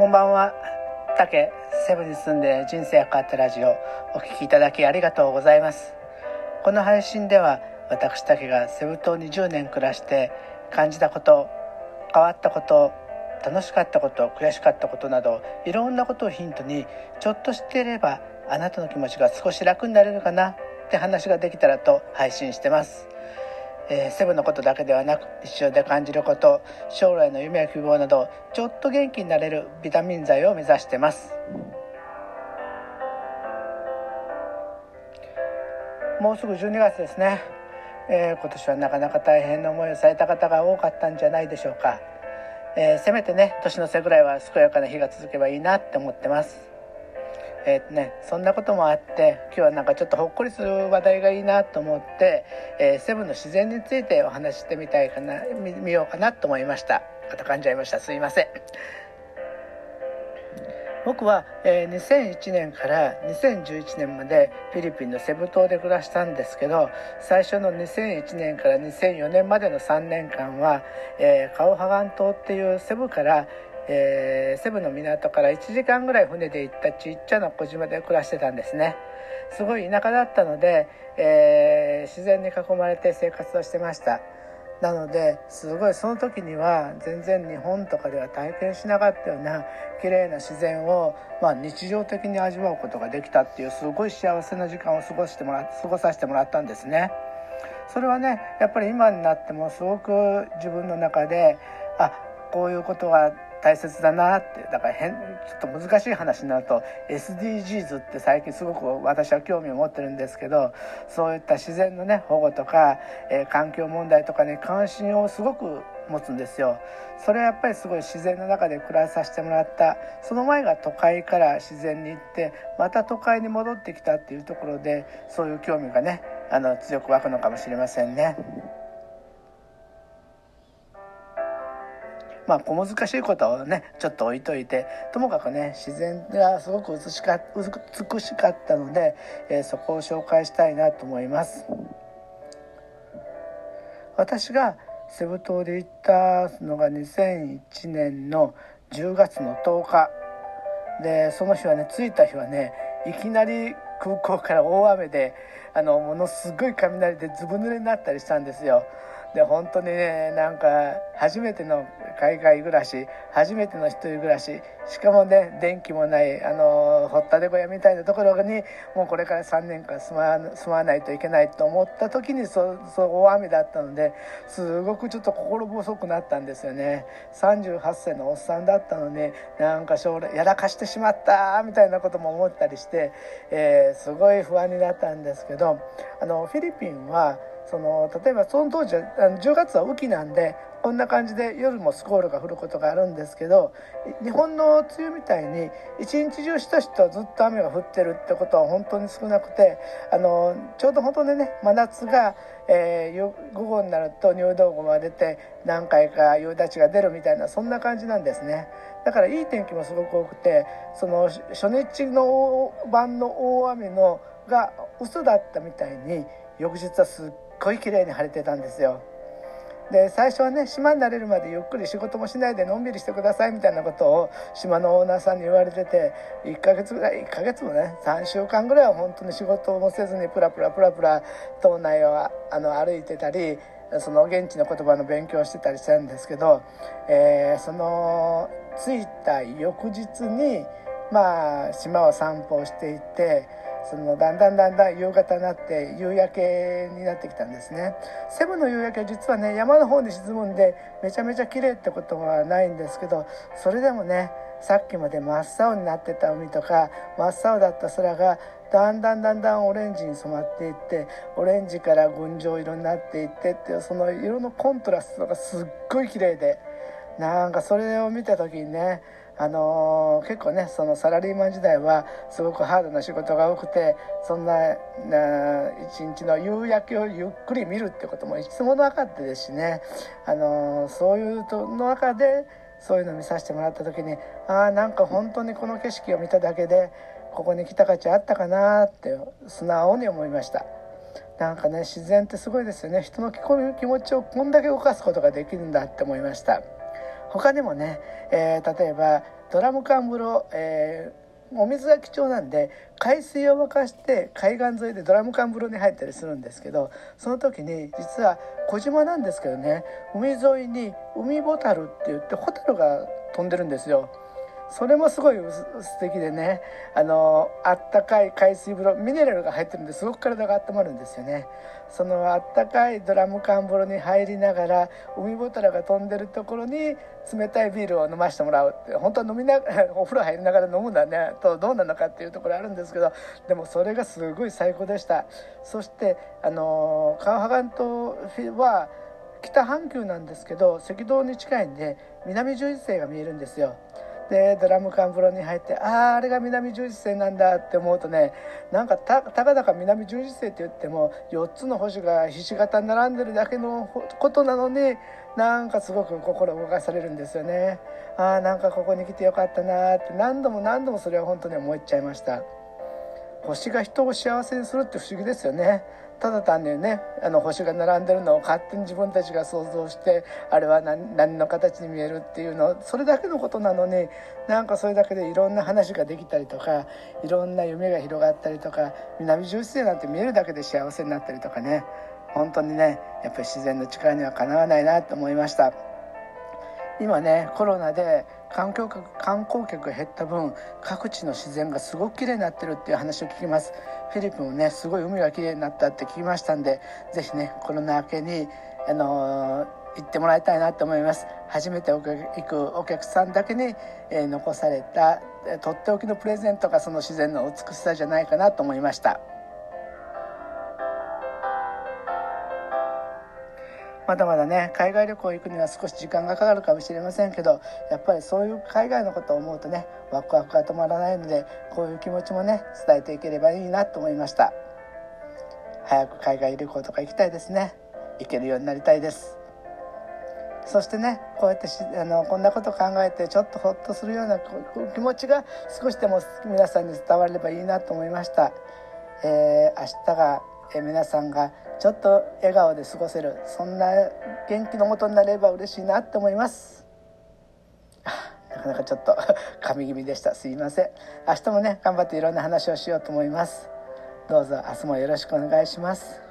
こんばんは。竹セブンに住んで人生が変わったラジオお聞きいただきありがとうございます。この配信では私竹がセブ島に10年暮らして感じたこと、変わったこと、楽しかったこと、悔しかったことなどいろんなことをヒントにちょっと知っていればあなたの気持ちが少し楽になれるかなって話ができたらと配信してます。セブンのことだけではなく日常で感じること、将来の夢や希望などちょっと元気になれるビタミン剤を目指してます。もうすぐ12月ですね。今年はなかなか大変な思いをされた方が多かったんじゃないでしょうか。せめてね年の瀬ぐらいは健やかな日が続けばいいなって思ってます。そんなこともあって今日はなんかちょっとほっこりする話題がいいなと思って、セブンの自然についてお話ししてみたいかな 見ようかなと思いました。肩噛んじゃいました、すいません。僕は、2001年から2011年までフィリピンのセブ島で暮らしたんですけど、最初の2001年から2004年までの3年間は、カオハガン島っていうセブから、セブの港から1時間ぐらい船で行ったちっちゃな小島で暮らしてたんですね。すごい田舎だったので、自然に囲まれて生活をしてました。なのですごいその時には全然日本とかでは体験しなかったような綺麗な自然を、日常的に味わうことができたっていうすごい幸せな時間を過ごさせてもらったんですね。それはねやっぱり今になってもすごく自分の中でこういうことが大切だなって。だからちょっと難しい話になると SDGs って最近すごく私は興味を持ってるんですけど、そういった自然のね保護とか、環境問題とかに関心をすごく持つんですよ。それはやっぱりすごい自然の中で暮らさせてもらった。その前が都会から自然に行ってまた都会に戻ってきたっていうところでそういう興味がね強く湧くのかもしれませんね。小難しいことをねちょっと置いといて、ともかくね自然がすごく美しかったので、そこを紹介したいなと思います。私がセブ島で行ったのが2001年の10月の10日で、その日はね着いた日はねいきなり空港から大雨でものすごい雷でずぶ濡れになったりしたんですよ。で本当にねなんか初めての海外暮らし、初めての一人暮らし、しかもね電気もない掘ったて小屋みたいなところにもうこれから3年間住まないといけないと思った時にそう大雨だったのですごくちょっと心細くなったんですよね。38歳のおっさんだったのになんか将来やらかしてしまったみたいなことも思ったりして、すごい不安になったんですけど、フィリピンは例えばその当時は10月は雨季なんでこんな感じで夜もスコールが降ることがあるんですけど、日本の梅雨みたいに一日中しとしとずっと雨が降ってるってことは本当に少なくて、ちょうど本当にね真夏が、午後になると入道雲が出て何回か夕立が出るみたいなそんな感じなんですね。だからいい天気もすごく多くて、その初日の晩の大雨のが嘘だったみたいに翌日はすっごい綺麗に晴れてたんですよ。で最初はね島に慣れるまでゆっくり仕事もしないでのんびりしてくださいみたいなことを島のオーナーさんに言われてて、1ヶ月もね3週間ぐらいは本当に仕事もせずにプラプラ島内を歩いてたりその現地の言葉の勉強をしてたりしたんですけど、その着いた翌日に島を散歩をしていて、だんだん夕方になって夕焼けになってきたんですね。セブの夕焼けは実はね山の方に沈むんでめちゃめちゃ綺麗ってことはないんですけど、それでもねさっきまで真っ青になってた海とか真っ青だった空がだんだんオレンジに染まっていって、オレンジから群青色になっていってっていうその色のコントラストがすっごい綺麗で、なんかそれを見た時にね結構ねそのサラリーマン時代はすごくハードな仕事が多くて、そんな一日の夕焼けをゆっくり見るってこともいつもなかったですしね、そういうの中でそういうのを見させてもらった時になんか本当にこの景色を見ただけでここに来た価値あったかなって素直に思いました。なんかね自然ってすごいですよね。人の気持ちをこんだけ動かすことができるんだって思いました。他にもね、例えばドラム缶風呂、お水が貴重なんで海水を沸かして海岸沿いでドラム缶風呂に入ったりするんですけど、その時に実は小島なんですけどね、海沿いに海ボタルって言ってホタルが飛んでるんですよ。それもすごい素敵でね、あったかい海水風呂、ミネラルが入ってるんですごく体が温まるんですよね。そのあったかいドラム缶風呂に入りながら海ボタルが飛んでるところに冷たいビールを飲ませてもらうって、本当は飲みなお風呂入りながら飲むのはねとどうなのかっていうところあるんですけど、でもそれがすごい最高でした。そして川波半島は北半球なんですけど赤道に近いんで南十字星が見えるんですよ。でドラム缶風呂に入って、あれが南十字星なんだって思うとね、なんかたかだか南十字星って言っても4つの星がひし形に並んでるだけのことなのに、なんかすごく心動かされるんですよね。なんかここに来てよかったなって何度も何度もそれは本当に思っちゃいました。星が人を幸せにするって不思議ですよね。ただ単にね、星が並んでるのを勝手に自分たちが想像して、あれは何の形に見えるっていうの、それだけのことなのに、なんかそれだけでいろんな話ができたりとか、いろんな夢が広がったりとか、南十字星なんて見えるだけで幸せになったりとかね、本当にね、やっぱり自然の力にはかなわないなと思いました。今ねコロナで観光客が減った分、各地の自然がすごく綺麗になってるっていう話を聞きます。フィリピンもねすごい海が綺麗になったって聞きましたんで、ぜひねコロナ明けに行ってもらいたいなと思います。初めて行くお客さんだけに、残されたとっておきのプレゼントがその自然の美しさじゃないかなと思いました。まだまだね海外旅行行くには少し時間がかかるかもしれませんけど、やっぱりそういう海外のことを思うとねワクワクが止まらないので、こういう気持ちもね伝えていければいいなと思いました。早く海外旅行とか行きたいですね。行けるようになりたいです。そしてねこうやってこんなこと考えてちょっとほっとするような気持ちが少しでも皆さんに伝わればいいなと思いました。明日が皆さんがちょっと笑顔で過ごせる、そんな元気のもとになれば嬉しいなと思います。なかなかちょっと神気味でした。すいません。明日もね頑張っていろんな話をしようと思います。どうぞ明日もよろしくお願いします。